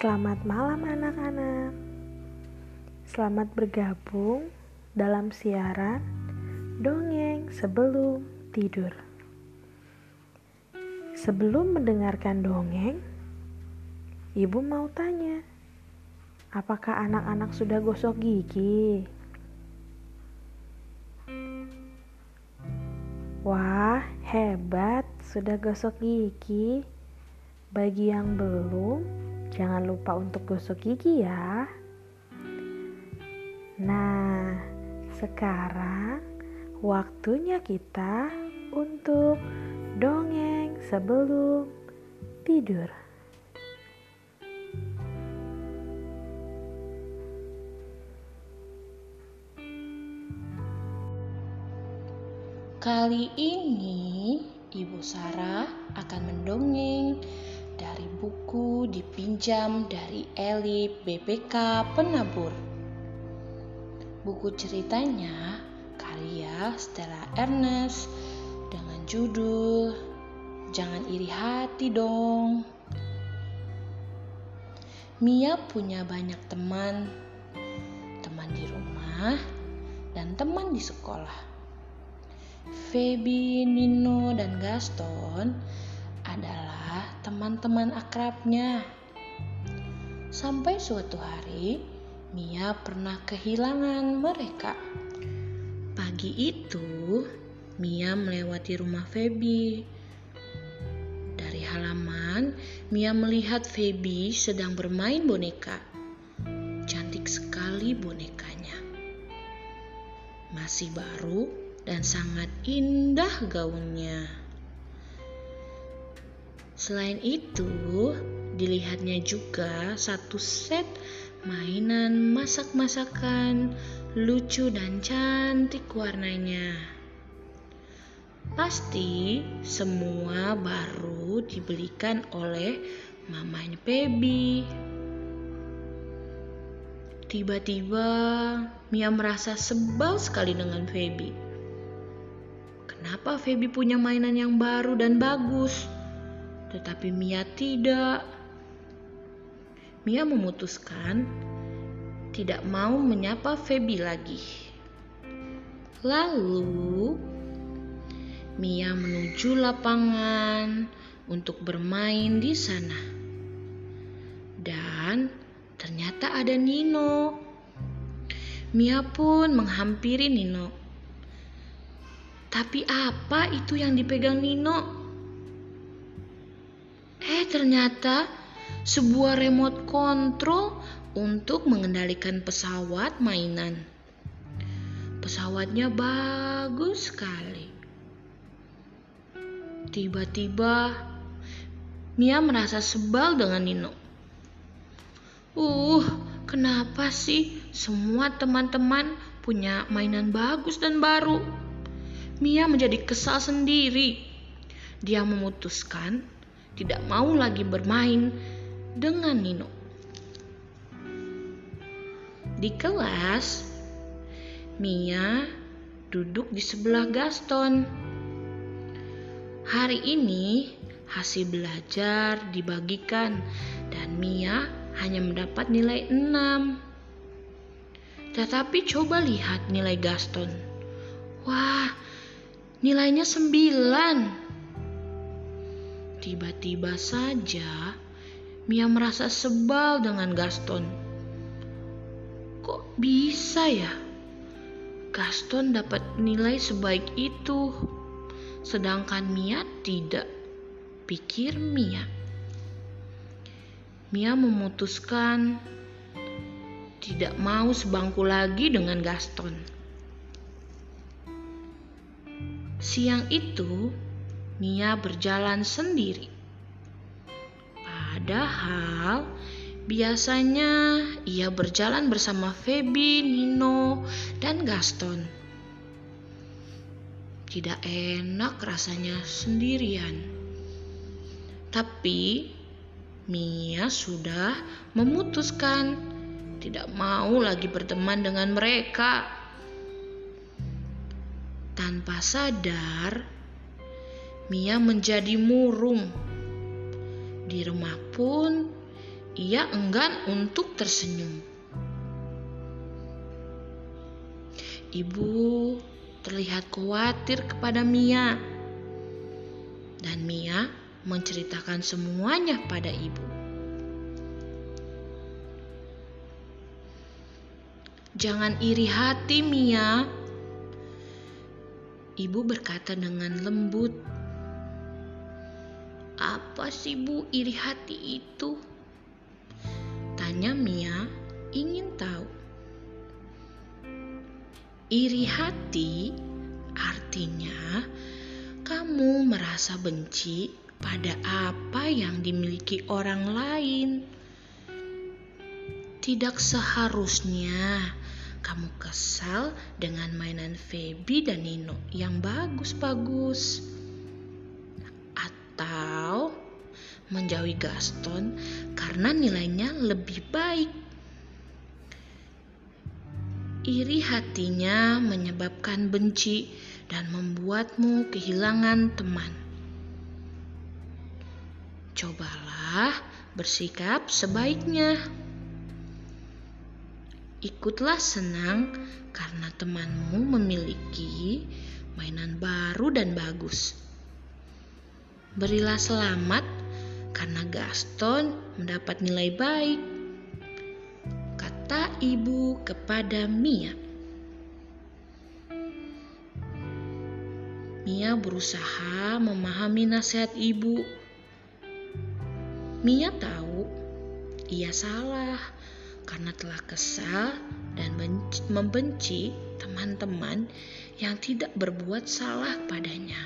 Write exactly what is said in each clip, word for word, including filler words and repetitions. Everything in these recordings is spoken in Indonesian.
Selamat malam anak-anak. Selamat bergabung dalam siaran Dongeng Sebelum Tidur. Sebelum mendengarkan dongeng, Ibu mau tanya, apakah anak-anak sudah gosok gigi? Wah, hebat, sudah gosok gigi. Bagi yang belum, jangan lupa untuk gosok gigi ya. Nah, sekarang waktunya kita untuk dongeng sebelum tidur. Kali ini Ibu Sarah akan mendongeng dari buku dipinjam dari Elip B P K Penabur. Buku ceritanya karya Stella Ernest dengan judul Jangan Iri Hati Dong. Mia punya banyak teman, teman di rumah dan teman di sekolah. Feby, Nino, dan Gaston adalah teman-teman akrabnya. Sampai suatu hari, Mia pernah kehilangan mereka. Pagi itu, Mia melewati rumah Feby. Dari halaman, Mia melihat Feby sedang bermain boneka. Cantik sekali bonekanya. Masih baru dan sangat indah gaunnya. Selain itu, dilihatnya juga satu set mainan masak-masakan lucu dan cantik warnanya. Pasti semua baru dibelikan oleh mamanya Feby. Tiba-tiba Mia merasa sebal sekali dengan Feby. Kenapa Feby punya mainan yang baru dan bagus, tetapi Mia tidak? Mia memutuskan tidak mau menyapa Feby lagi. Lalu, Mia menuju lapangan untuk bermain di sana. Dan ternyata ada Nino. Mia pun menghampiri Nino. Tapi apa itu yang dipegang Nino? Eh, ternyata sebuah remote control untuk mengendalikan pesawat mainan. Pesawatnya bagus sekali. Tiba-tiba Mia merasa sebal dengan Nino. Uh, kenapa sih semua teman-teman punya mainan bagus dan baru? Mia menjadi kesal sendiri. Dia memutuskan tidak mau lagi bermain dengan Nino. Di kelas, Mia duduk di sebelah Gaston. Hari ini hasil belajar dibagikan dan Mia hanya mendapat nilai enam. Tetapi coba lihat nilai Gaston. Wah, nilainya sembilan. Tiba-tiba saja Mia merasa sebal dengan Gaston. Kok bisa ya? Gaston dapat nilai sebaik itu, sedangkan Mia tidak, pikir Mia. Mia memutuskan tidak mau sebangku lagi dengan Gaston. Siang itu, Mia berjalan sendiri. Padahal, biasanya ia berjalan bersama Feby, Nino, dan Gaston. Tidak enak rasanya sendirian. Tapi, Mia sudah memutuskan tidak mau lagi berteman dengan mereka. Tanpa sadar, Mia menjadi murung. Di rumah pun ia enggan untuk tersenyum. Ibu terlihat khawatir kepada Mia, dan Mia menceritakan semuanya pada ibu. "Jangan iri hati, Mia," ibu berkata dengan lembut. "Apa sih, Bu, iri hati itu?" tanya Mia ingin tahu. Iri hati artinya kamu merasa benci pada apa yang dimiliki orang lain. Tidak seharusnya kamu kesal dengan mainan Feby dan Nino yang bagus-bagus, atau menjauhi Gaston karena nilainya lebih baik. Iri hatinya menyebabkan benci dan membuatmu kehilangan teman. Cobalah bersikap sebaiknya. Ikutlah senang karena temanmu memiliki mainan baru dan bagus. Berilah selamat karena Gaston mendapat nilai baik, kata ibu kepada Mia. Mia berusaha memahami nasihat ibu. Mia tahu ia salah karena telah kesal dan benci, membenci teman-teman yang tidak berbuat salah padanya.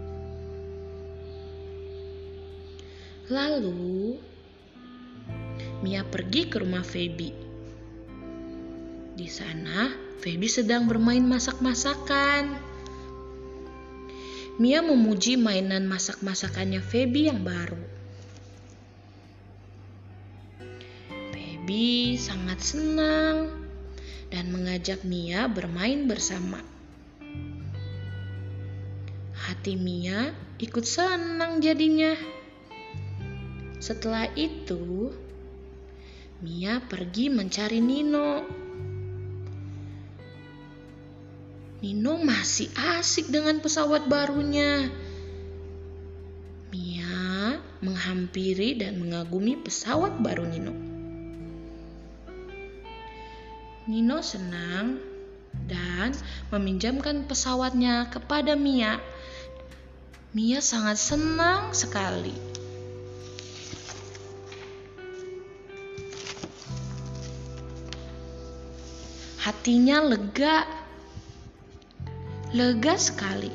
Lalu Mia pergi ke rumah Feby. Di sana Feby sedang bermain masak-masakan. Mia memuji mainan masak-masakannya Feby yang baru. Feby sangat senang dan mengajak Mia bermain bersama. Hati Mia ikut senang jadinya. Setelah itu, Mia pergi mencari Nino. Nino masih asik dengan pesawat barunya. Mia menghampiri dan mengagumi pesawat baru Nino. Nino senang dan meminjamkan pesawatnya kepada Mia. Mia sangat senang sekali. Hatinya lega, lega sekali.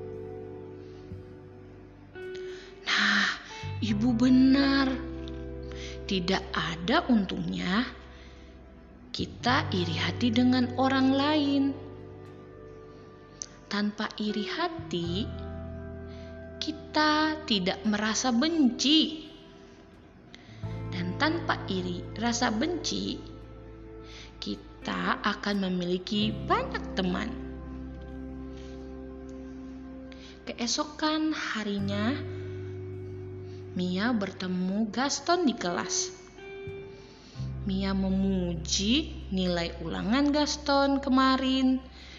Nah, ibu benar. Tidak ada untungnya kita iri hati dengan orang lain. Tanpa iri hati, kita tidak merasa benci. Dan tanpa iri rasa benci, kita akan memiliki banyak teman. Keesokan harinya, Mia bertemu Gaston di kelas. Mia memuji nilai ulangan Gaston kemarin.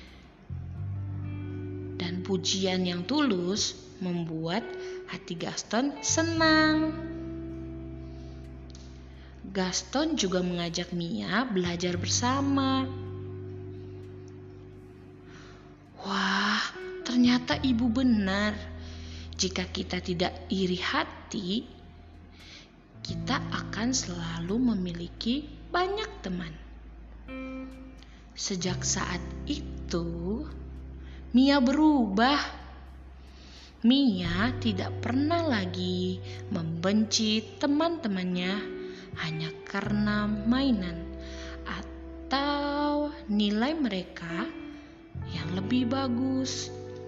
Dan pujian yang tulus membuat hati Gaston senang. Gaston juga mengajak Mia belajar bersama. Wah, ternyata ibu benar. Jika kita tidak iri hati, kita akan selalu memiliki banyak teman. Sejak saat itu, Mia berubah. Mia tidak pernah lagi membenci teman-temannya hanya karena mainan atau nilai mereka yang lebih bagus.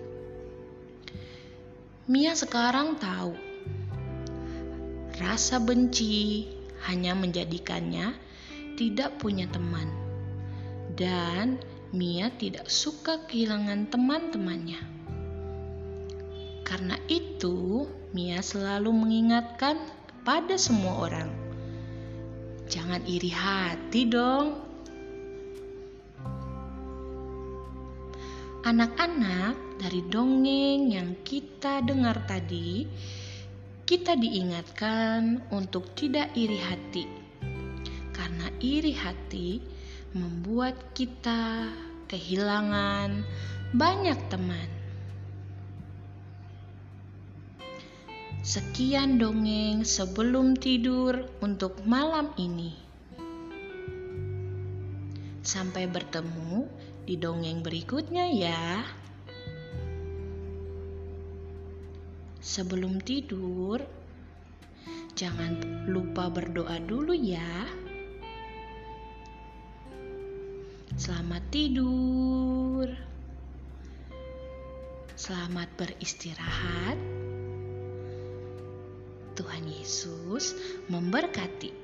Mia sekarang tahu rasa benci hanya menjadikannya tidak punya teman, dan Mia tidak suka kehilangan teman-temannya. Karena itu, Mia selalu mengingatkan kepada semua orang jangan iri hati dong. Anak-anak, dari dongeng yang kita dengar tadi, kita diingatkan untuk tidak iri hati. Karena iri hati membuat kita kehilangan banyak teman. Sekian dongeng sebelum tidur untuk malam ini. Sampai bertemu di dongeng berikutnya ya. Sebelum tidur, jangan lupa berdoa dulu ya. Selamat tidur. Selamat beristirahat. Tuhan Yesus memberkati.